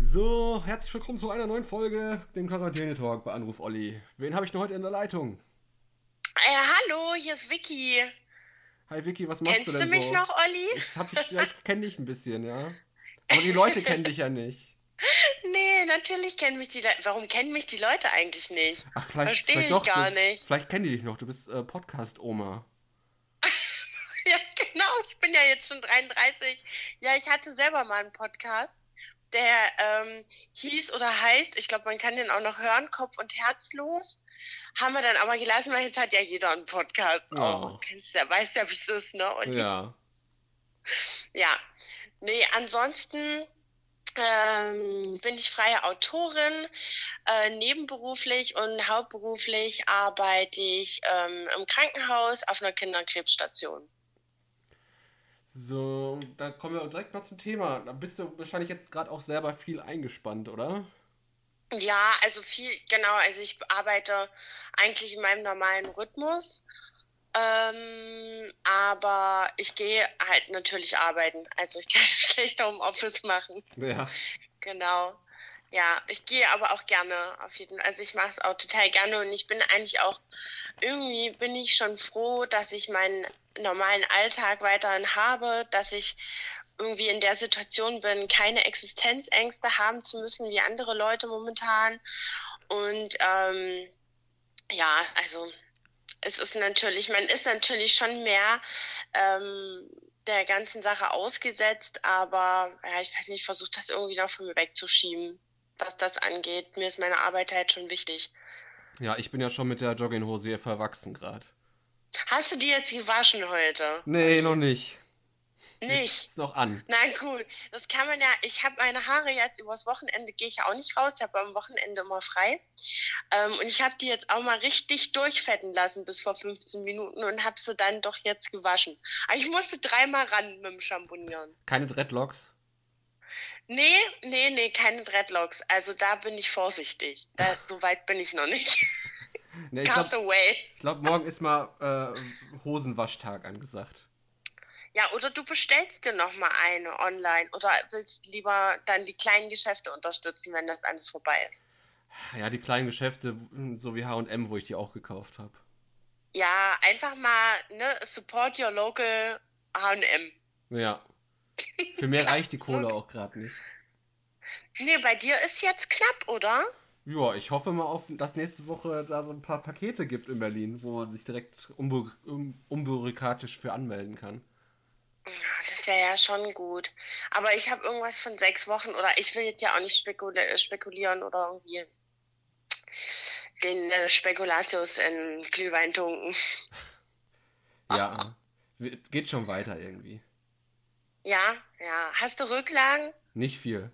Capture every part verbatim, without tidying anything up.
So, herzlich willkommen zu einer neuen Folge, dem Quarantäne-Talk bei Anruf Olli. Wen habe ich denn heute in der Leitung? Äh, hallo, hier ist Vicky. Hi Vicky, was machst du Kennst du denn mich so? noch, Olli? Ich hab dich, ja, ich kenne dich ein bisschen, ja. Aber die Leute kennen dich ja nicht. Nee, natürlich kennen mich die Leute. Warum kennen mich die Leute eigentlich nicht? Ach, vielleicht, Verstehe vielleicht ich doch, gar du, nicht. vielleicht kennen die dich noch. Du bist äh, Podcast-Oma. Ja, genau, ich bin ja jetzt schon dreiunddreißig. Ja, ich hatte selber mal einen Podcast, der ähm, hieß oder heißt, ich glaube, man kann den auch noch hören, Kopf und Herzlos. Haben wir dann aber gelassen, weil jetzt hat ja jeder einen Podcast auch. Oh, Kennst ja, weißt ja, wie es ist, ne, Olli? ja. Ja, nee, ansonsten ähm, bin ich freie Autorin. Äh, nebenberuflich und hauptberuflich arbeite ich ähm, im Krankenhaus auf einer Kinderkrebsstation. So, da kommen wir direkt mal zum Thema. Da bist du wahrscheinlich jetzt gerade auch selber viel eingespannt, oder? Ja, also viel, genau, also ich arbeite eigentlich in meinem normalen Rhythmus, ähm, aber ich gehe halt natürlich arbeiten. Also ich kann schlecht Homeoffice machen. Ja. Genau. Ja, ich gehe aber auch gerne auf jeden Fall. Also ich mache es auch total gerne und ich bin eigentlich auch, irgendwie bin ich schon froh, dass ich meinen normalen Alltag weiterhin habe, dass ich irgendwie in der Situation bin, keine Existenzängste haben zu müssen wie andere Leute momentan. Und ähm, ja, also es ist natürlich, man ist natürlich schon mehr ähm, der ganzen Sache ausgesetzt, aber ja, ich weiß nicht, ich versuche das irgendwie noch von mir wegzuschieben, was das angeht. Mir ist meine Arbeit halt schon wichtig. Ja, ich bin ja schon mit der Jogginghose hier verwachsen gerade. Hast du die jetzt gewaschen heute, Nee, noch Olli? nicht. Ist, Nicht? ist noch an. Na gut, das kann man ja, ich habe meine Haare jetzt übers Wochenende, gehe ich ja auch nicht raus, ich habe am Wochenende immer frei. Ähm, und ich habe die jetzt auch mal richtig durchfetten lassen bis vor fünfzehn Minuten und habe sie dann doch jetzt gewaschen. Aber ich musste dreimal ran mit dem Schamponieren. Keine Dreadlocks? Nee, nee, nee, keine Dreadlocks. Also da bin ich vorsichtig. Da, so weit bin ich noch nicht. Ne, ich glaube, Castaway. ich glaub, morgen ist mal äh, Hosenwaschtag angesagt. Ja, oder du bestellst dir noch mal eine online oder willst lieber dann die kleinen Geschäfte unterstützen, wenn das alles vorbei ist. Ja, die kleinen Geschäfte, so wie H und M, wo ich die auch gekauft habe. Ja, einfach mal, ne, support your local H und M. Ja, für mehr Klar, reicht die Kohle wirklich. auch gerade nicht. Nee, bei dir ist jetzt knapp, oder? Ja, ich hoffe mal auf, dass nächste Woche da so ein paar Pakete gibt in Berlin, wo man sich direkt unbü un unbürokratisch für anmelden kann. Ja, das wäre ja schon gut. Aber ich habe irgendwas von sechs Wochen oder ich will jetzt ja auch nicht spekul spekulieren oder irgendwie den äh, Spekulatius in Glühwein tunken. Ja, geht schon weiter irgendwie. Ja, ja. Hast du Rücklagen? Nicht viel.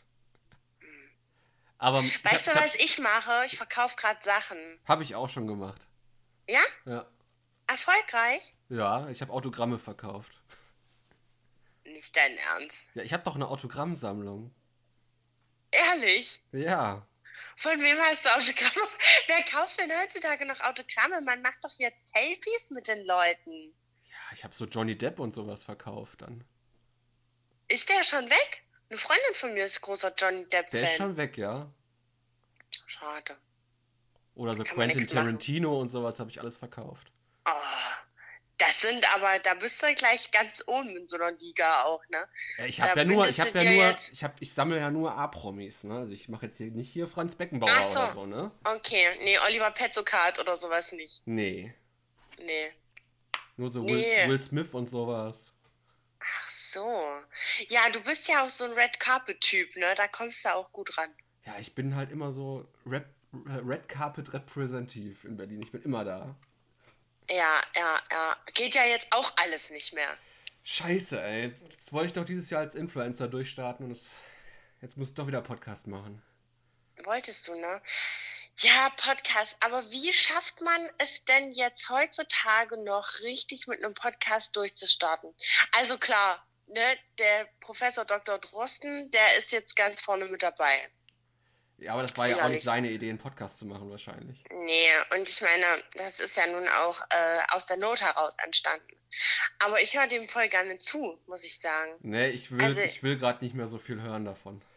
Aber ich hab, Weißt du, ich hab, was ich mache? Ich verkaufe gerade Sachen. hab ich auch schon gemacht. Ja? Ja, Erfolgreich? ja, ich habe Autogramme verkauft. Nicht dein Ernst. Ja, ich habe doch eine Autogrammsammlung. Ehrlich? Ja. Von wem hast du Autogramme? Wer kauft denn heutzutage noch Autogramme? Man macht doch jetzt Selfies mit den Leuten. Ja, ich habe so Johnny Depp und sowas verkauft dann. Ist der schon weg? Eine Freundin von mir ist großer Johnny Der ist Depp-Fan. schon weg, ja. Schade. Oder so Kann man Quentin nichts machen. Tarantino und sowas habe ich alles verkauft. Oh, das sind aber, da bist du gleich ganz oben in so einer Liga auch, ne? Ja, ich Da habe ja nur, ich bindest habe du ja dir nur, jetzt. ich habe, ich sammle ja nur A-Promis, ne? Also ich mache jetzt hier nicht hier Franz Ach Beckenbauer so, oder so, ne? okay. Nee, Oliver Petzokat oder sowas nicht. Nee. Nee. Nur so Will, Nee. Will Smith und sowas. Ach so. Ja, du bist ja auch so ein Red Carpet-Typ, ne? Da kommst du auch gut ran. Ja, ich bin halt immer so Rap, Red Carpet repräsentativ in Berlin. Ich bin immer da. Ja, ja, ja. Geht ja jetzt auch alles nicht mehr. Scheiße, ey. Jetzt wollte ich doch dieses Jahr als Influencer durchstarten und es, jetzt muss ich doch wieder Podcast machen. Wolltest du, ne? Ja, Podcast. Aber wie schafft man es denn jetzt heutzutage noch richtig mit einem Podcast durchzustarten? Also klar, ne, der Professor Doktor Drosten, der ist jetzt ganz vorne mit dabei. Ja, aber das war ja auch nicht Sicherlich. seine Idee, einen Podcast zu machen, wahrscheinlich. Nee, und ich meine, das ist ja nun auch äh, aus der Not heraus entstanden. Aber ich höre dem voll gerne zu, muss ich sagen. Nee, ich will, Also, ich will gerade nicht mehr so viel hören davon.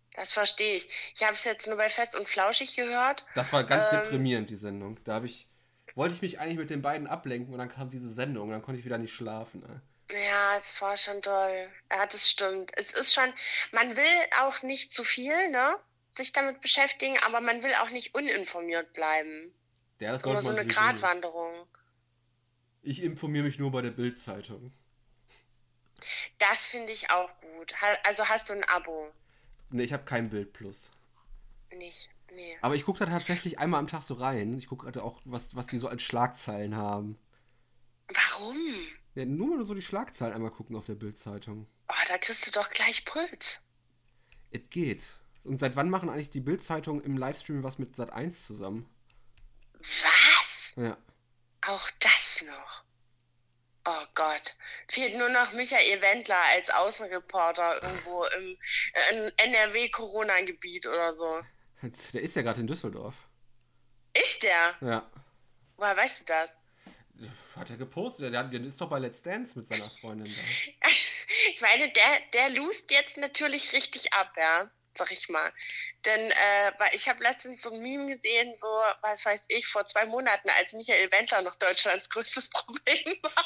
Das verstehe ich. Ich habe es jetzt nur bei Fest und Flauschig gehört. Das war ganz Ähm, deprimierend, die Sendung. Da habe ich, wollte ich mich eigentlich mit den beiden ablenken und dann kam diese Sendung und dann konnte ich wieder nicht schlafen. Ne? ja, es war schon toll. Ja, das stimmt. Es ist schon, man will auch nicht zu viel, ne, sich damit beschäftigen, aber man will auch nicht uninformiert bleiben. Ja, das Immer sollte so man eine sowieso nicht. Gratwanderung. Ich informiere mich nur bei der Bild-Zeitung. Das finde ich auch gut. Ha- Also hast du ein Abo? Ne, ich habe kein Bild Plus. Nicht. Nee. Aber ich gucke da tatsächlich einmal am Tag so rein. Ich gucke gerade auch, was, was die so als Schlagzeilen haben. Warum? Ja, nur mal so die Schlagzeilen einmal gucken auf der Bild-Zeitung. Oh, da kriegst du doch gleich Puls. Es geht. Und seit wann machen eigentlich die Bild-Zeitung im Livestream was mit Sat eins zusammen? Was? Ja. Auch das noch. Oh Gott. Fehlt nur noch Michael Wendler als Außenreporter irgendwo im äh, N R W-Corona-Gebiet oder so. Der ist ja gerade in Düsseldorf. Ist der? Ja. Woher weißt du das? Hat er gepostet. Der, der ist doch bei Let's Dance mit seiner Freundin da. Ich meine, der, der lust jetzt natürlich richtig ab, ja, sag ich mal. Denn äh, weil ich habe letztens so ein Meme gesehen, so, was weiß ich, vor zwei Monaten, als Michael Wendler noch Deutschlands größtes Problem war.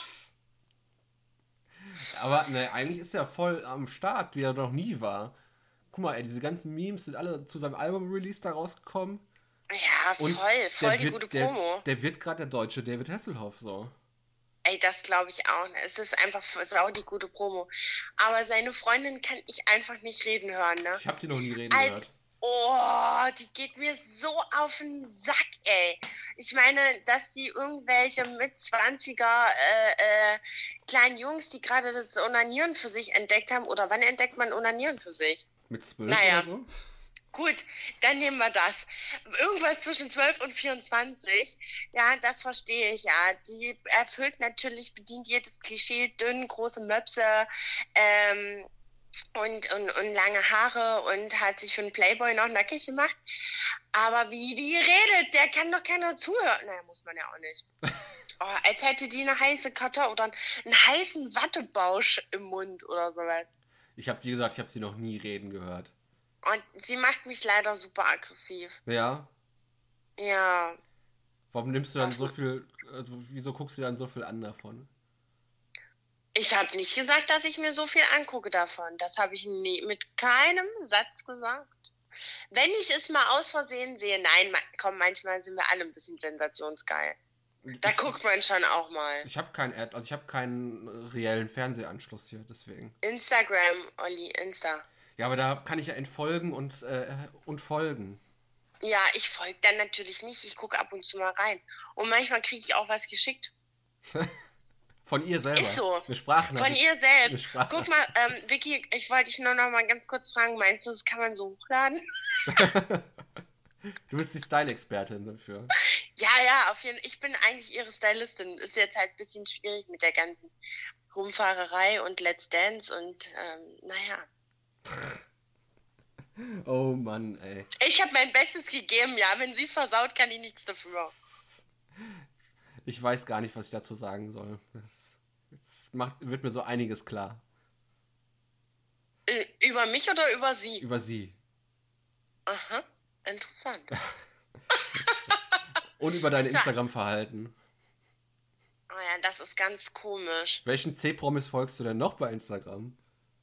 Aber ne, eigentlich ist er voll am Start, wie er noch nie war. Guck mal, ey, diese ganzen Memes sind alle zu seinem Album-Release da rausgekommen. Ja, Und voll, voll der die wird, gute der, Promo. der wird gerade der deutsche David Hasselhoff so. Ey, das glaube ich auch. Ne? Es ist einfach sau die gute Promo. Aber seine Freundin kann ich einfach nicht reden hören, ne? Ich hab die noch nie reden Als, gehört. oh, die geht mir so auf den Sack, ey. Ich meine, dass die irgendwelche mit zwanziger äh, äh, kleinen Jungs, die gerade das Onanieren für sich entdeckt haben, oder wann entdeckt man Onanieren für sich? Mit zwölf Naja. oder so? Gut, dann nehmen wir das. Irgendwas zwischen zwölf und vierundzwanzig. Ja, das verstehe ich, ja. Die erfüllt natürlich, bedient jedes Klischee, dünn, große Möpse, ähm, und, und, und lange Haare und hat sich für einen Playboy noch nackig gemacht. Aber wie die redet, der kann doch keiner zuhören. Naja, muss man ja auch nicht. Oh, als hätte die eine heiße Kartoffel oder einen heißen Wattebausch im Mund oder sowas. Ich hab, wie gesagt, ich hab sie noch nie reden gehört. Und sie macht mich leider super aggressiv. Ja? Ja. Warum nimmst du dann Das- so viel, also wieso guckst du dann so viel an davon? Ich habe nicht gesagt, dass ich mir so viel angucke davon. Das habe ich nie, mit keinem Satz gesagt. Wenn ich es mal aus Versehen sehe, nein, ma- komm, manchmal sind wir alle ein bisschen sensationsgeil. Da ich, guckt man schon auch mal. Ich habe keinen Ad, also ich habe keinen äh, reellen Fernsehanschluss hier, deswegen. Instagram, Olli, Insta. Ja, aber da kann ich ja entfolgen und, äh, und folgen. Ja, ich folge dann natürlich nicht. Ich gucke ab und zu mal rein. Und manchmal kriege ich auch was geschickt. Von ihr selber. Ist so. Eine Sprachnachricht. Von ihr Eine selbst. Sprachnachricht. Guck mal, ähm, Vicky, ich wollte dich nur noch mal ganz kurz fragen, meinst du, das kann man so hochladen? Du bist die Style-Expertin dafür. Ja, ja, auf jeden Fall. Ich bin eigentlich ihre Stylistin. Ist jetzt halt ein bisschen schwierig mit der ganzen Rumfahrerei und Let's Dance und ähm, naja. Oh Mann, ey. Ich habe mein Bestes gegeben, ja. Wenn sie es versaut, kann ich nichts dafür. Ich weiß gar nicht, was ich dazu sagen soll. Das, jetzt macht, wird mir so einiges klar. Äh, über mich oder über sie? Über sie. Aha, interessant. Und über dein Was war- Instagram-Verhalten. Ah ja, das ist ganz komisch. Welchen C-Promis folgst du denn noch bei Instagram?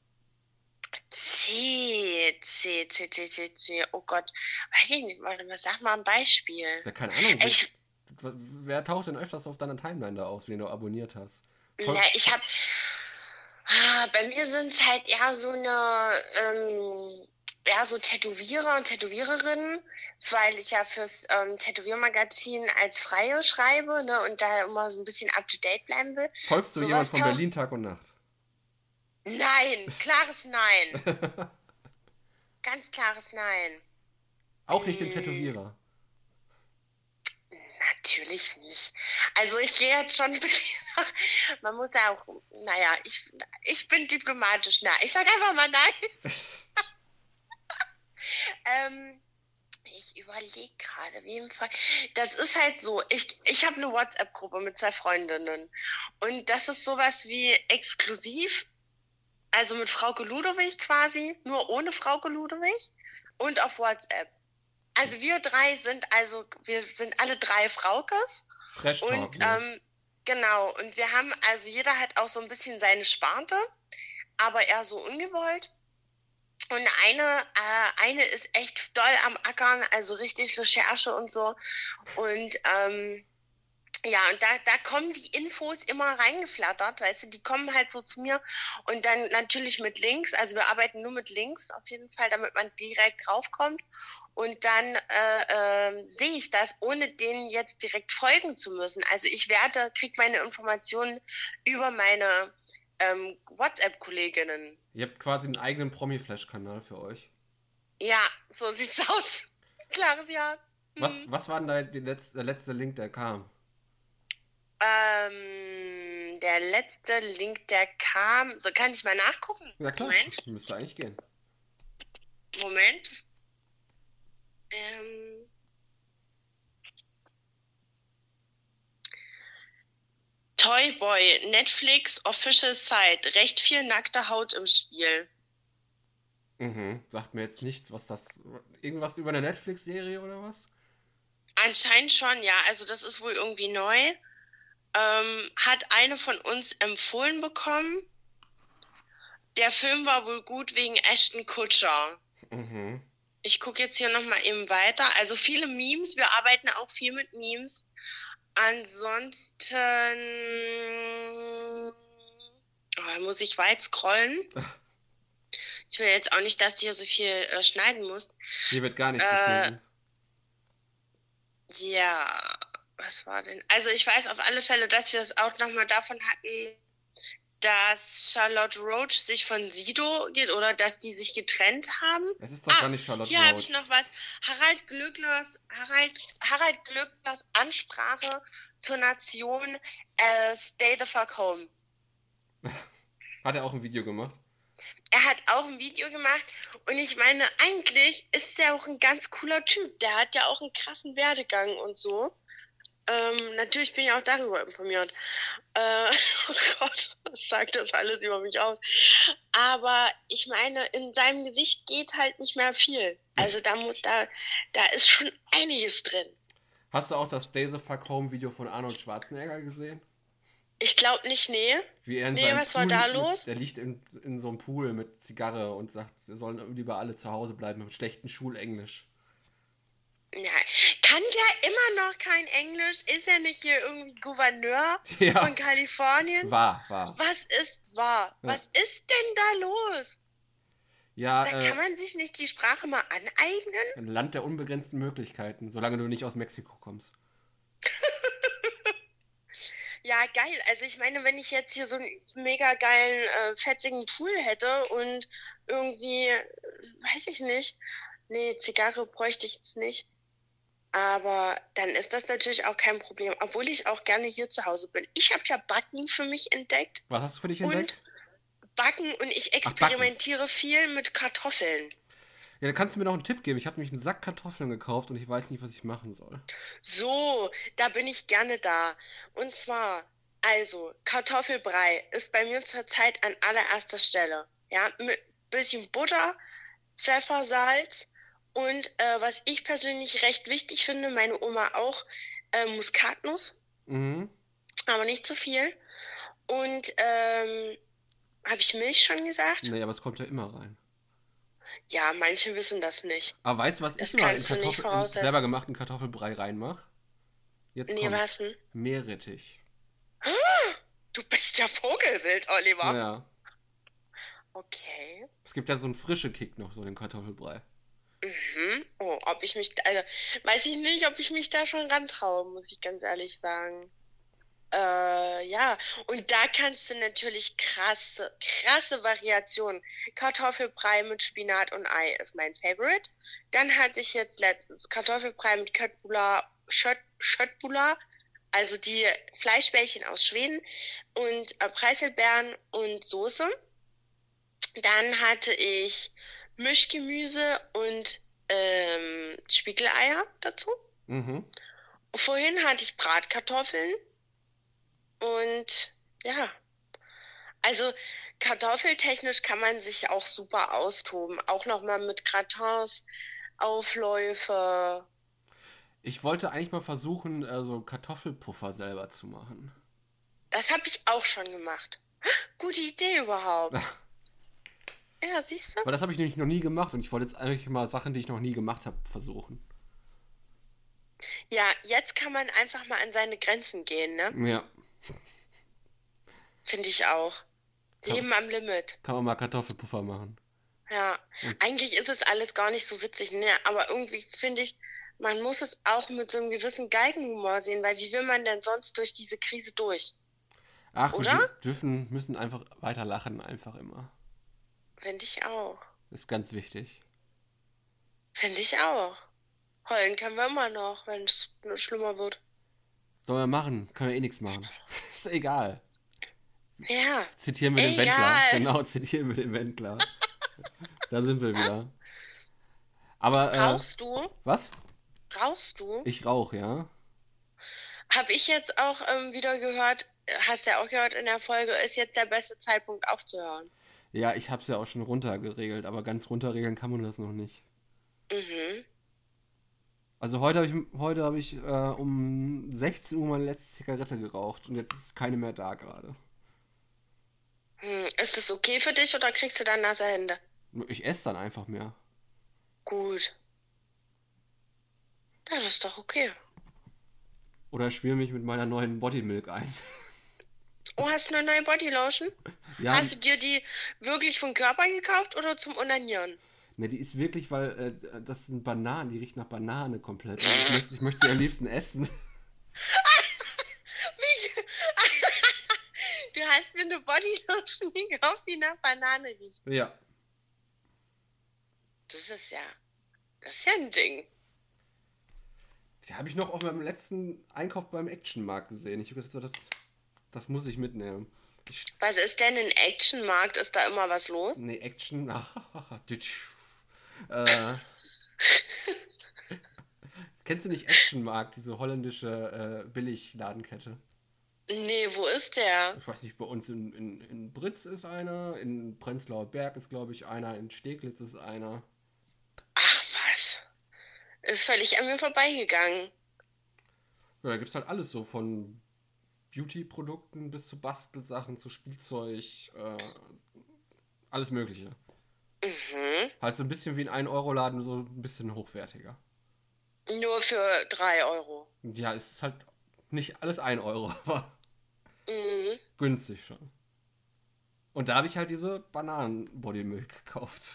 C, C, C, C, C, C. Oh Gott. Weiß ich nicht. Warte mal, sag mal ein Beispiel. Ja, keine Ahnung. Wer, Ich, wer taucht denn öfters auf deiner Timeline da aus, wen du abonniert hast? na, ich hab. Ah, bei mir sind es halt eher so eine, ähm, ja, so Tätowierer und Tätowiererinnen, weil ich ja fürs ähm, Tätowiermagazin als Freie schreibe, ne, und da immer so ein bisschen up to date bleiben will. Folgst du Sowas jemand von taucht- Berlin Tag und Nacht? Nein, klares Nein. Ganz klares Nein. Auch nicht den Mm. Tätowierer. Natürlich nicht. Also ich gehe jetzt schon ein bisschen nach, man muss ja auch, naja, ich, ich bin diplomatisch, na, ich sag einfach mal nein. ähm, ich überlege gerade, wem Fall. Das ist halt so, ich, ich habe eine WhatsApp-Gruppe mit zwei Freundinnen und das ist sowas wie exklusiv Also mit Frauke Ludowig quasi, nur ohne Frauke Ludowig und auf WhatsApp. Also wir drei sind also, wir sind alle drei Fraukes. Trash Talk. Und ähm, genau, und wir haben, also jeder hat auch so ein bisschen seine Sparte, aber eher so ungewollt. Und eine, äh, eine ist echt doll am Ackern, also richtig Recherche und so. Und ähm, ja, und da, da kommen die Infos immer reingeflattert, weißt du, die kommen halt so zu mir und dann natürlich mit Links, also wir arbeiten nur mit Links auf jeden Fall, damit man direkt draufkommt und dann äh, äh, sehe ich das, ohne denen jetzt direkt folgen zu müssen. Also ich werde, kriege meine Informationen über meine ähm, WhatsApp-Kolleginnen. Ihr habt quasi einen eigenen Promi-Flash-Kanal für euch. Ja, so sieht's aus. Klares Ja. Hm. Was, was war denn da die letzte, der letzte Link, der kam? Ähm, der letzte Link, der kam. So, kann ich mal nachgucken? Ja klar, Moment. müsste eigentlich gehen. Moment. Ähm. Toyboy, Netflix, Official Site. Recht viel nackte Haut im Spiel. Mhm. Sagt mir jetzt nichts, was das. Irgendwas über eine Netflix-Serie oder was? Anscheinend schon, ja. Also das ist wohl irgendwie neu. Ähm, hat eine von uns empfohlen bekommen. Der Film war wohl gut wegen Ashton Kutcher. Mhm. Ich gucke jetzt hier nochmal eben weiter. Also viele Memes, wir arbeiten auch viel mit Memes. Ansonsten oh, muss ich weit scrollen. Ich will jetzt auch nicht, dass du hier so viel äh, schneiden musst. Hier wird gar nicht äh, geschnitten. Ja, was war denn? Also ich weiß auf alle Fälle, dass wir es auch nochmal davon hatten, dass Charlotte Roach sich von Sido geht oder dass die sich getrennt haben. Es ist doch ah, gar nicht Charlotte hier Roach. Hier habe ich noch was. Harald Glöcklers, Harald, Harald Glöcklers Ansprache zur Nation äh, Stay the fuck home. Hat er auch ein Video gemacht? Er hat auch ein Video gemacht und ich meine, eigentlich ist er auch ein ganz cooler Typ. Der hat ja auch einen krassen Werdegang und so. Ähm, natürlich bin ich auch darüber informiert. Äh, oh Gott, was sagt das alles über mich aus? Aber ich meine, in seinem Gesicht geht halt nicht mehr viel. Also da muss, da, da ist schon einiges drin. Hast du auch das Stay the Fuck Home Video von Arnold Schwarzenegger gesehen? Ich glaube nicht, nee. Wie er in nee, seinem was Pool war da mit, los? Er liegt in, in so einem Pool mit Zigarre und sagt, wir sollen lieber alle zu Hause bleiben mit schlechtem Schulenglisch. Ja, kann der immer noch kein Englisch? Ist er nicht hier irgendwie Gouverneur ja. von Kalifornien? War, war. Was ist wahr? Ja. Was ist denn da los? Ja, da äh, kann man sich nicht die Sprache mal aneignen? Ein Land der unbegrenzten Möglichkeiten, solange du nicht aus Mexiko kommst. Ja, geil. Also ich meine, wenn ich jetzt hier so einen mega geilen, äh, fetzigen Pool hätte und irgendwie, weiß ich nicht, nee, Zigarre bräuchte ich jetzt nicht. Aber dann ist das natürlich auch kein Problem, obwohl ich auch gerne hier zu Hause bin. Ich habe ja Backen für mich entdeckt. Was hast du für dich entdeckt? Und Backen und ich experimentiere Ach, viel mit Kartoffeln. Ja, da kannst du mir noch einen Tipp geben. Ich habe nämlich einen Sack Kartoffeln gekauft und ich weiß nicht, was ich machen soll. So, da bin ich gerne da. Und zwar, also, Kartoffelbrei ist bei mir zurzeit an allererster Stelle. Ja, mit bisschen Butter, Pfeffer, Salz und äh, was ich persönlich recht wichtig finde, meine Oma auch, äh, Muskatnuss. Mhm. Aber nicht zu viel. Und, ähm, habe ich Milch schon gesagt? Nee, aber es kommt ja immer rein. Ja, manche wissen das nicht. Aber weißt du, was das ich immer in, Kartoffel, in selber gemachten Kartoffelbrei reinmache? Jetzt nee, kommt was denn? Meerrettich. Du bist ja Vogelwild, Oliver. Ja. Okay. Es gibt ja so einen frischen Kick noch, so den Kartoffelbrei. Mhm. Oh, ob ich mich, also, weiß ich nicht, ob ich mich da schon rantraue, muss ich ganz ehrlich sagen. Äh, ja, und da kannst du natürlich krasse, krasse Variationen. Kartoffelbrei mit Spinat und Ei ist mein Favorite. Dann hatte ich jetzt letztens Kartoffelbrei mit Köttbullar, Schött, Schöttbullar, also die Fleischbällchen aus Schweden und äh, Preiselbeeren und Soße. Dann hatte ich Mischgemüse und ähm, Spiegeleier dazu. Mhm. Vorhin hatte ich Bratkartoffeln. Und ja, Also kartoffeltechnisch kann man sich auch super austoben. Auch nochmal mit Gratins, Aufläufe. Ich wollte eigentlich mal versuchen, äh, so Kartoffelpuffer selber zu machen. Das habe ich auch schon gemacht. Gute Idee überhaupt. Ja, siehst du? Weil das habe ich nämlich noch nie gemacht und ich wollte jetzt eigentlich mal Sachen, die ich noch nie gemacht habe, versuchen. Ja, jetzt kann man einfach mal an seine Grenzen gehen, ne? Ja, Finde ich auch. kann, Leben am Limit. kann man mal Kartoffelpuffer machen. Ja, Und, eigentlich ist es alles gar nicht so witzig, ne? Aber irgendwie finde ich, man muss es auch mit so einem gewissen Galgenhumor sehen, weil wie will man denn sonst durch diese Krise durch? ach, wir Oder? dür- dürfen, müssen einfach weiter lachen, einfach immer. Finde ich auch. Das ist ganz wichtig. Finde ich auch. Heulen können wir immer noch, wenn es nur schlimmer wird. Sollen wir machen? Können wir eh nichts machen. Ist egal. Ja, Zitieren wir den Wendler. egal. Genau, zitieren wir den Wendler. Da sind wir wieder. Aber, äh, Rauchst du? was? Rauchst du? Ich rauche, ja. Habe ich jetzt auch ähm, wieder gehört, hast ja auch gehört in der Folge, ist jetzt der beste Zeitpunkt aufzuhören. Ja, ich hab's ja auch schon runtergeregelt, aber ganz runterregeln kann man das noch nicht. Mhm. Also heute habe ich, heute hab ich äh, um sechzehn Uhr meine letzte Zigarette geraucht und jetzt ist keine mehr da gerade. Hm, ist das okay für dich oder kriegst du dann nasse Hände? Ich esse dann einfach mehr. Gut. Ja, das ist doch okay. Oder schmier mich mit meiner neuen Bodymilk ein. Oh, hast du eine neue Bodylotion? Ja, Hast du dir die wirklich vom Körper gekauft oder zum Onanieren? ne, die ist wirklich, weil äh, das sind Bananen, die riecht nach Banane komplett. Und ich möchte, ich möchte sie am liebsten essen. Wie? Du hast dir eine Bodylotion gekauft, die nach Banane riecht. Ja. Das ist ja, das ist ja ein Ding. Die habe ich noch auf meinem letzten Einkauf beim Actionmarkt gesehen. Ich habe gesagt, das, das muss ich mitnehmen. Ich, Was ist denn ein Actionmarkt? Ist da immer was los? nee, Action. äh, kennst du nicht Actionmarkt, diese holländische äh, Billigladenkette? Nee, wo ist der? Ich weiß nicht, bei uns in, in, in Britz ist einer, in Prenzlauer Berg ist, glaube ich, einer, in Steglitz ist einer. Ach was. Ist völlig an mir vorbeigegangen. Ja, da gibt es halt alles so, von Beauty-Produkten bis zu Bastelsachen, zu Spielzeug, äh, alles Mögliche. Mhm. Halt so ein bisschen wie ein ein Euro Laden, so ein bisschen hochwertiger. Nur für drei Euro. Ja, es ist halt nicht alles ein Euro, aber Mhm. günstig schon. Und da habe ich halt diese Bananen-Bodymilk gekauft.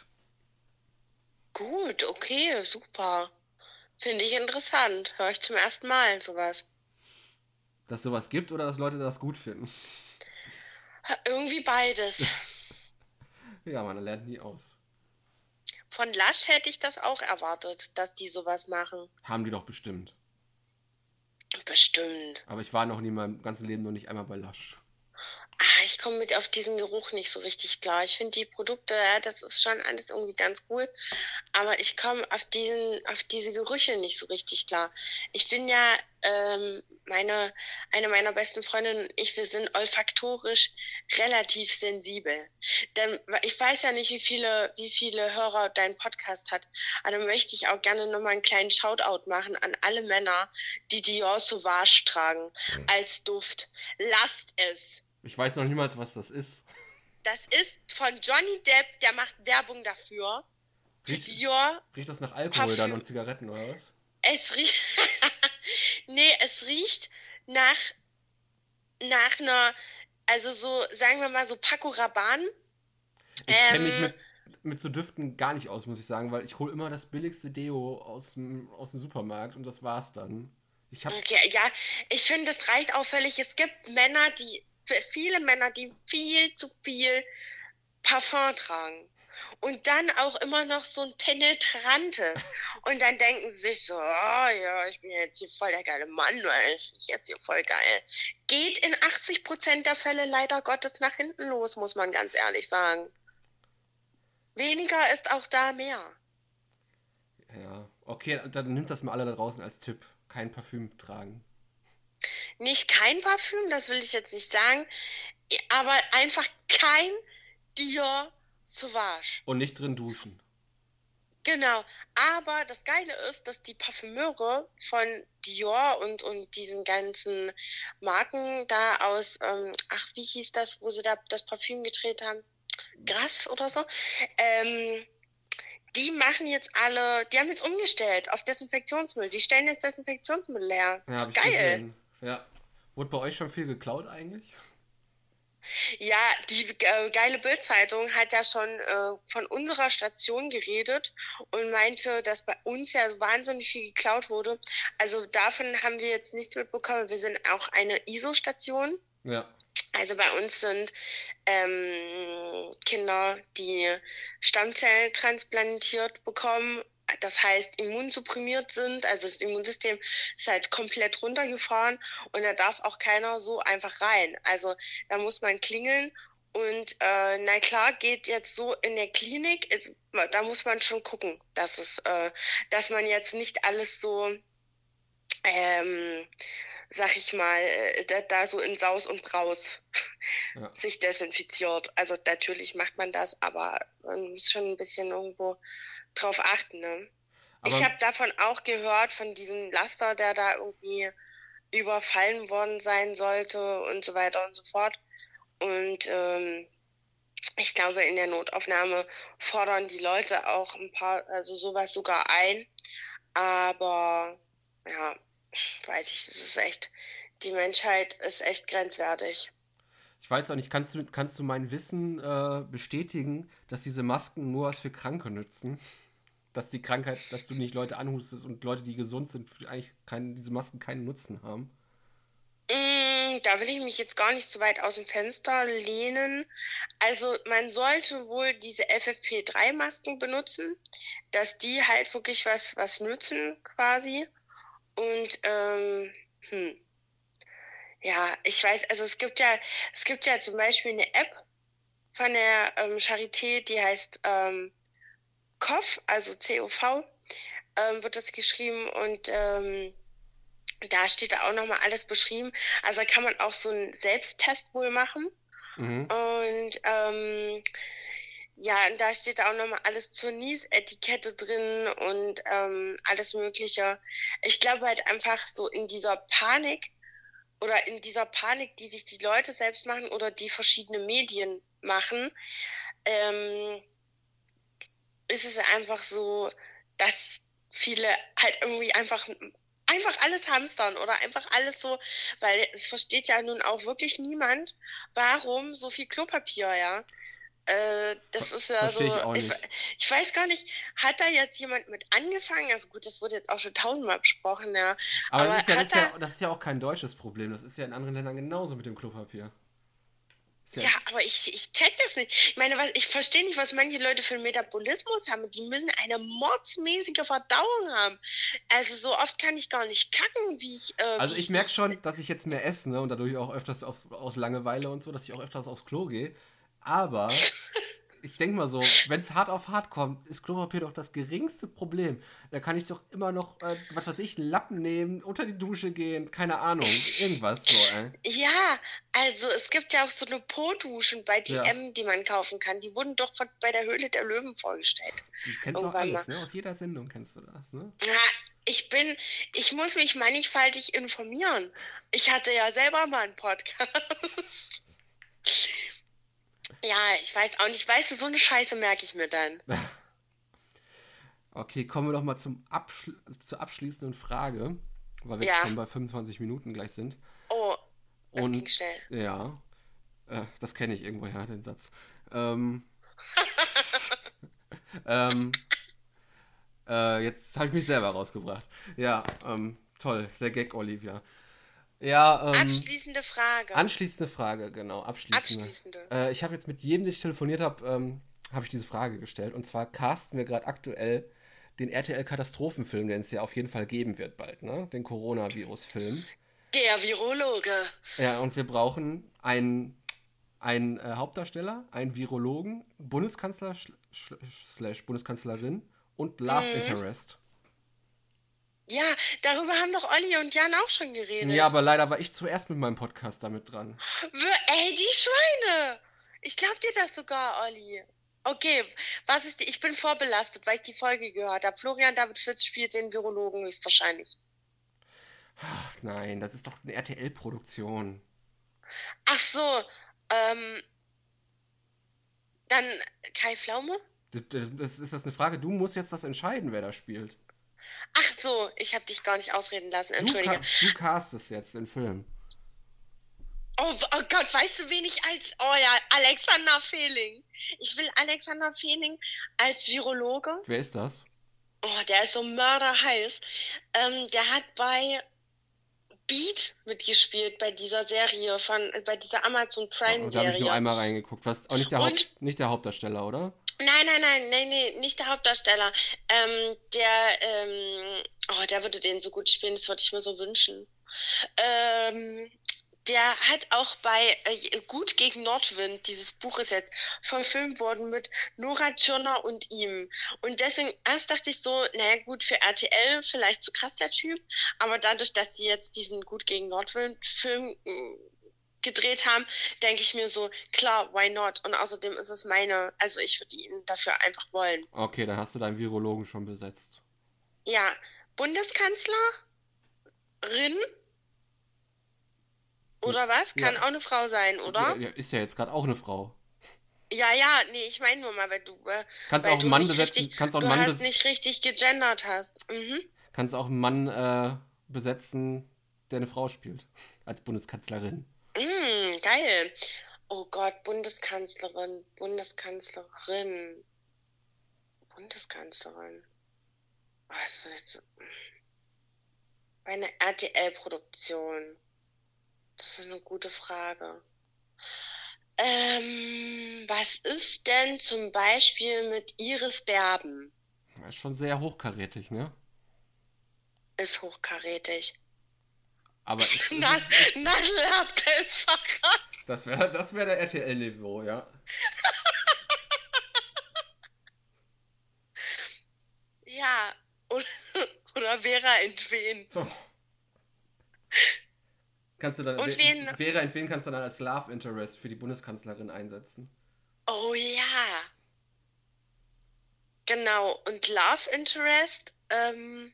Gut, okay, super. Finde ich interessant. Höre ich zum ersten Mal sowas. Dass sowas gibt oder dass Leute das gut finden. Ha, irgendwie beides. Ja, man lernt nie aus. Von Lush hätte ich das auch erwartet, dass die sowas machen. Haben die doch bestimmt. Bestimmt. Aber ich war noch nie in meinem ganzen Leben noch nicht einmal bei Lush. Ah, ich komme mit auf diesen Geruch nicht so richtig klar. Ich finde die Produkte, ja, das ist schon alles irgendwie ganz cool. Aber ich komme auf diesen, auf diese Gerüche nicht so richtig klar. Ich bin ja, ähm, meine, eine meiner besten Freundinnen und ich, wir sind olfaktorisch relativ sensibel. Denn ich weiß ja nicht, wie viele, wie viele Hörer dein Podcast hat, aber da möchte ich auch gerne nochmal einen kleinen Shoutout machen an alle Männer, die Dior Sauvage tragen als Duft. Lasst es. Ich weiß noch niemals, was das ist. Das ist von Johnny Depp, der macht Werbung dafür. Für Riecht, Dior. riecht das nach Alkohol Parfüm. dann und Zigaretten oder was? Es riecht. Nee, es riecht nach, nach einer, also so, sagen wir mal so Paco Rabanne. Ich kenne mich Ähm, mit, mit so Düften gar nicht aus, muss ich sagen, weil ich hole immer das billigste Deo aus dem, aus dem Supermarkt und das war's dann. Ich hab, okay, ja, ich finde, es reicht auch völlig. Es gibt Männer, die, viele Männer, die viel zu viel Parfum tragen. Und dann auch immer noch so ein penetrantes. Und dann denken sie sich so, oh ja, ich bin jetzt hier voll der geile Mann, weil ich bin jetzt hier voll geil. Geht in achtzig Prozent der Fälle leider Gottes nach hinten los, muss man ganz ehrlich sagen. Weniger ist auch da mehr. ja, okay, dann nimmt das mal alle da draußen als Tipp. Kein Parfüm tragen. Nicht kein Parfüm, das will ich jetzt nicht sagen. aber einfach kein Dior Sauvage. Und nicht drin duschen. Genau, aber das Geile ist, dass die Parfümeure von Dior und, und diesen ganzen Marken da aus, ähm, ach, wie hieß das, wo sie da das Parfüm gedreht haben? Grass oder so. Ähm, die machen jetzt alle, die haben jetzt umgestellt auf Desinfektionsmittel. Die stellen jetzt Desinfektionsmittel her. Ja, Ist habe doch ich geil. gesehen. Ja. Wurde bei euch schon viel geklaut eigentlich? Ja, die äh, geile Bild-Zeitung hat ja schon äh, von unserer Station geredet und meinte, dass bei uns ja so wahnsinnig viel geklaut wurde. Also davon haben wir jetzt nichts mitbekommen. Wir sind auch eine I S O-Station. Ja. Also bei uns sind ähm, Kinder, die Stammzellen transplantiert bekommen, das heißt immunsupprimiert sind, also das Immunsystem ist halt komplett runtergefahren und da darf auch keiner so einfach rein. Also da muss man klingeln und äh, na klar, geht jetzt so in der Klinik, ist, da muss man schon gucken, dass es, äh, dass man jetzt nicht alles so ähm, sag ich mal, äh, da, da so in Saus und Braus Ja. sich desinfiziert. Also natürlich macht man das, aber man muss schon ein bisschen irgendwo drauf achten. Ne? Ich Aber habe davon auch gehört, von diesem Laster, der da irgendwie überfallen worden sein sollte und so weiter und so fort. Und ähm, ich glaube, in der Notaufnahme fordern die Leute auch ein paar, also sowas sogar ein. Aber ja, weiß ich, es ist echt, die Menschheit ist echt grenzwertig. ich weiß auch nicht, kannst du, kannst du mein Wissen äh, bestätigen, dass diese Masken nur was für Kranke nützen? Dass die Krankheit, dass du nicht Leute anhustest und Leute, die gesund sind, eigentlich kein, diese Masken keinen Nutzen haben? Mm, da will ich mich jetzt gar nicht so weit aus dem Fenster lehnen. Also man sollte wohl diese F F P drei Masken benutzen, dass die halt wirklich was, was nützen quasi. Und ähm, hm, ja, ich weiß, also es gibt ja, es gibt ja zum Beispiel eine App von der ähm, Charité, die heißt ähm, C O V, also C O V, ähm, wird das geschrieben und ähm, da steht da auch nochmal alles beschrieben. Also da kann man auch so einen Selbsttest wohl machen. Mhm. Und ähm, ja, und da steht da auch nochmal alles zur Nies-Etikette drin und ähm, alles Mögliche. Ich glaube halt einfach so in dieser Panik oder in dieser Panik, die sich die Leute selbst machen oder die verschiedene Medien machen, ähm, ist es einfach so, dass viele halt irgendwie einfach einfach alles hamstern oder einfach alles so, weil es versteht ja nun auch wirklich niemand, warum so viel Klopapier, ja. Äh, Ver das ist ja Verstehe so, ich auch ich, nicht. ich weiß gar nicht, hat da jetzt jemand mit angefangen? Also gut, das wurde jetzt auch schon tausendmal besprochen, ja. Aber Aber das ist ja, das hat ist da, ja, das ist ja auch kein deutsches Problem. Das ist ja in anderen Ländern genauso mit dem Klopapier. Ist ja, ja, aber ich, ich check das nicht. Ich meine, was, ich verstehe nicht, was manche Leute für einen Metabolismus haben. Die müssen eine mordsmäßige Verdauung haben. Also so oft kann ich gar nicht kacken, wie ich, äh, also wie ich ich, merke ich schon, dass ich jetzt mehr esse, ne, und dadurch auch öfters auf, aus Langeweile und so, dass ich auch öfters aufs Klo gehe. Aber ich denke mal so, wenn es hart auf hart kommt, ist Klopapier doch das geringste Problem. Da kann ich doch immer noch, äh, was weiß ich, einen Lappen nehmen, unter die Dusche gehen, keine Ahnung, irgendwas so, ey. Ja, also es gibt ja auch so eine Po-Duschen bei Ja, D M, die man kaufen kann. Die wurden doch von, bei der Höhle der Löwen vorgestellt. du kennst auch Irgendwann mal. alles, ne? Aus jeder Sendung kennst du das, ne? Ja, ich bin, ich muss mich mannigfaltig informieren. Ich hatte ja selber mal einen Podcast. Ja, ich weiß auch nicht. Weißt du, so eine Scheiße merke ich mir dann. Okay, kommen wir doch mal zum Abschl zur abschließenden Frage, weil wir jetzt Ja. schon bei fünfundzwanzig Minuten gleich sind. Oh, das ging Und schnell. ja, äh, das kenne ich irgendwoher, den Satz. Ähm, ähm, äh, jetzt habe ich mich selber rausgebracht. Ja, ähm, toll, der Gag, Olivia. Ja, ähm, Abschließende Frage. anschließende Frage, genau, abschließende. Abschließende. Äh, ich habe jetzt mit jedem, den ich telefoniert habe, ähm, habe ich diese Frage gestellt. Und zwar casten wir gerade aktuell den R T L-Katastrophenfilm, den es ja auf jeden Fall geben wird bald, ne? Den Coronavirus-Film. Der Virologe. Ja, und wir brauchen einen, einen äh, Hauptdarsteller, einen Virologen, Bundeskanzler schl- schl- slash Bundeskanzlerin und Love Mhm. Interest. Ja, darüber haben doch Olli und Jan auch schon Ja, geredet. aber leider war ich zuerst mit meinem Podcast damit dran. W- Ey, die Schweine! Ich glaub dir das sogar, Olli. Okay, was ist die? Ich bin vorbelastet, weil ich die Folge gehört habe. Florian David Fitz spielt den Virologen höchstwahrscheinlich. Ach, nein, das ist doch eine R T L-Produktion. Ach so, ähm, dann Kai Pflaume? Das, das, ist das eine Frage? Du musst jetzt das entscheiden, wer da spielt. Ach so, ich habe dich gar nicht ausreden lassen, Du, entschuldige. ca du castest jetzt den Film. Oh, oh Gott, weißt du, wen ich als... Oh ja, Alexander Fehling. Ich will Alexander Fehling als Virologe. Wer ist das? Oh, der ist so mörderheiß. Ähm, der hat bei Beat mitgespielt, bei dieser Serie von, bei dieser Amazon Prime Oh, da habe ich nur Serie. einmal reingeguckt. Was, auch nicht der, Und Haupt, nicht der Hauptdarsteller, oder? nein, nein, nein, nein, nee, nicht der Hauptdarsteller. Ähm, der, ähm, oh, der würde den so gut spielen, das würde ich mir so wünschen. Ähm, der hat auch bei äh, Gut gegen Nordwind, dieses Buch ist jetzt verfilmt worden mit Nora Tschirner und ihm. Und deswegen, erst dachte ich so, naja gut, für R T L vielleicht zu krass der Typ, aber dadurch, dass sie jetzt diesen Gut gegen Nordwind-Film äh, gedreht haben, denke ich mir so, klar, why not? Und außerdem ist es meine, also ich würde ihn dafür einfach wollen. Okay, dann hast du deinen Virologen schon besetzt. Ja, Bundeskanzlerin oder was? Kann Ja, auch eine Frau sein, ja, oder? ja ist ja jetzt gerade auch eine Frau. Ja, ja, nee, ich meine nur mal, weil du, äh, Kannst weil auch einen du Mann nicht richtig, besetzen, kannst auch einen du Mann, hast bes nicht richtig gegendert hast. Mhm. kannst auch einen Mann äh, besetzen, der eine Frau spielt. Als Bundeskanzlerin. Mm, geil. Oh Gott, Bundeskanzlerin, Bundeskanzlerin, Bundeskanzlerin. Was ist das? Eine R T L-Produktion. Das ist eine gute Frage. Ähm, was ist denn zum Beispiel mit Iris Berben? Das ist schon sehr hochkarätig, ne? Ist hochkarätig. Aber es, es Na, ist, es, Nadelabdelfahrer. das wäre das wär der R T L-Niveau, ja. Ja, oder, oder Vera Entwen. So. Kannst du dann, Und Ve- wen? Vera Entwen kannst du dann als Love Interest für die Bundeskanzlerin einsetzen. Oh ja, genau. Und Love Interest, ähm,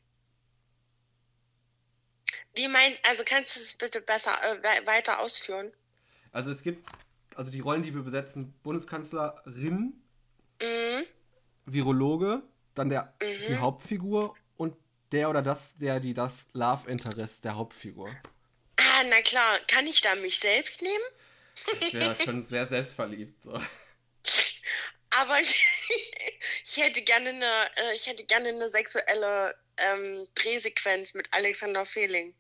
wie meinst, also kannst du es bitte besser äh, we- weiter ausführen? Also es gibt, also die Rollen, die wir besetzen, Bundeskanzlerin, Mhm, Virologe, dann der, die mhm. Hauptfigur und der oder das, der, die das Love Interest der Hauptfigur. Ah, na klar, kann ich da mich selbst nehmen? Das wäre schon sehr selbstverliebt. So. Aber ich, ich hätte gerne eine, äh, ich hätte gerne eine sexuelle ähm, Drehsequenz mit Alexander Fehling.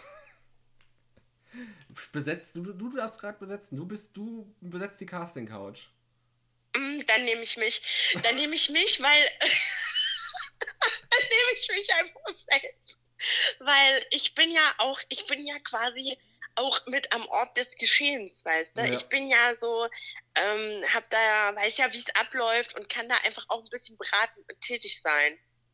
Besetzt, du, du darfst gerade besetzen. Du bist, du besetzt die Casting Couch. Mm, dann nehme ich mich. Dann nehme ich mich, weil dann nehme ich mich einfach selbst. Weil ich bin ja auch, ich bin ja quasi auch mit am Ort des Geschehens, weißt du? Ja. Ich bin ja so, ähm, hab da, weiß ja, wie es abläuft und kann da einfach auch ein bisschen beratend und tätig sein.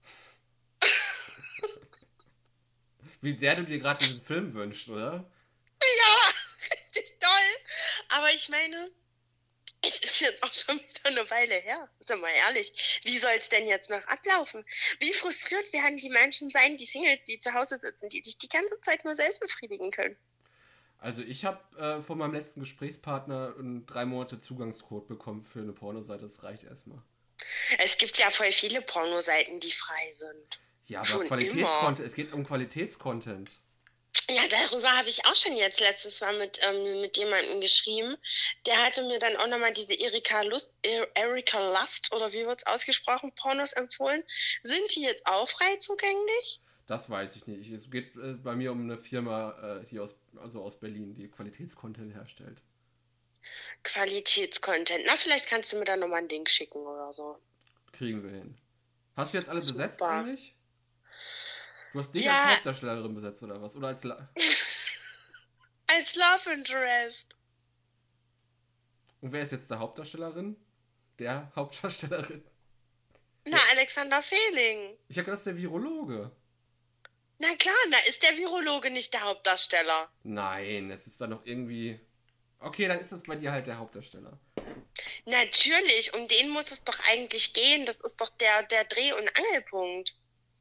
Wie sehr du dir gerade diesen Film wünschst, oder? Ja, richtig toll. Aber ich meine, es ist jetzt auch schon wieder eine Weile her. Sind wir ehrlich. Wie soll es denn jetzt noch ablaufen? Wie frustriert werden die Menschen sein, die Singles, die zu Hause sitzen, die sich die ganze Zeit nur selbst befriedigen können? Also ich habe äh, von meinem letzten Gesprächspartner einen drei Monate Zugangscode bekommen für eine Pornoseite. Das reicht erstmal. Es gibt ja voll viele Pornoseiten, die frei sind. Ja, aber Schon immer. Qualitätscontent, es geht um Qualitätscontent. Ja, darüber habe ich auch schon jetzt letztes Mal mit, ähm, mit jemandem geschrieben. Der hatte mir dann auch nochmal diese Erika Lust, Er- Erika Lust, oder wie wird es ausgesprochen, Pornos empfohlen. Sind die jetzt auch frei zugänglich? Das weiß ich nicht. Es geht äh, bei mir um eine Firma äh, hier aus, also aus Berlin, die Qualitätscontent herstellt. Qualitätscontent. Na, vielleicht kannst du mir da nochmal einen Link schicken oder so. Kriegen wir hin. Hast du jetzt alle Super. besetzt eigentlich? Du hast dich Ja. als Hauptdarstellerin besetzt oder was? Oder als La Als Love Interest. Und wer ist jetzt der Hauptdarstellerin? Der Hauptdarstellerin? Na, Alexander Fehling. Ich habe gedacht, das ist der Virologe. Na klar, da ist der Virologe nicht der Hauptdarsteller. Nein, es ist dann noch irgendwie... Okay, dann ist das bei dir halt der Hauptdarsteller. Natürlich, um den muss es doch eigentlich gehen. Das ist doch der, der Dreh- und Angelpunkt.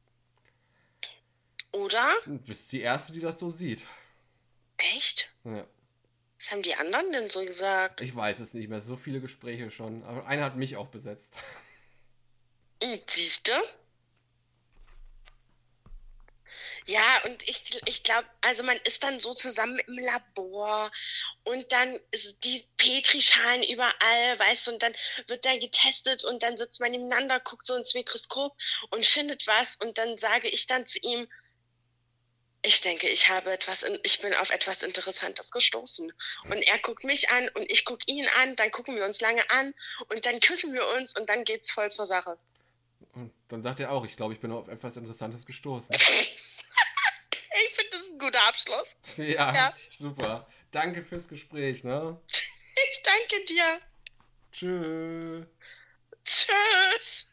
Oder? Du bist die Erste, die das so sieht. Echt? Ja. Was haben die anderen denn so gesagt? Ich weiß es nicht mehr, so viele Gespräche schon. Aber einer hat mich auch besetzt. Hm, siehste? Ja, und ich, ich glaube, also man ist dann so zusammen im Labor und dann ist die Petrischalen überall, weißt du, und dann wird da getestet und dann sitzt man nebeneinander, guckt so ins Mikroskop und findet was und dann sage ich dann zu ihm, ich denke, ich habe etwas, in, ich bin auf etwas Interessantes gestoßen. Und er guckt mich an und ich gucke ihn an, dann gucken wir uns lange an und dann küssen wir uns und dann geht's voll zur Sache. Und dann sagt er auch, ich glaube, ich bin auf etwas Interessantes gestoßen. Ich finde, das ist ein guter Abschluss. Ja, Ja. super. Danke fürs Gespräch, ne? Ich danke dir. Tschüss. Tschüss.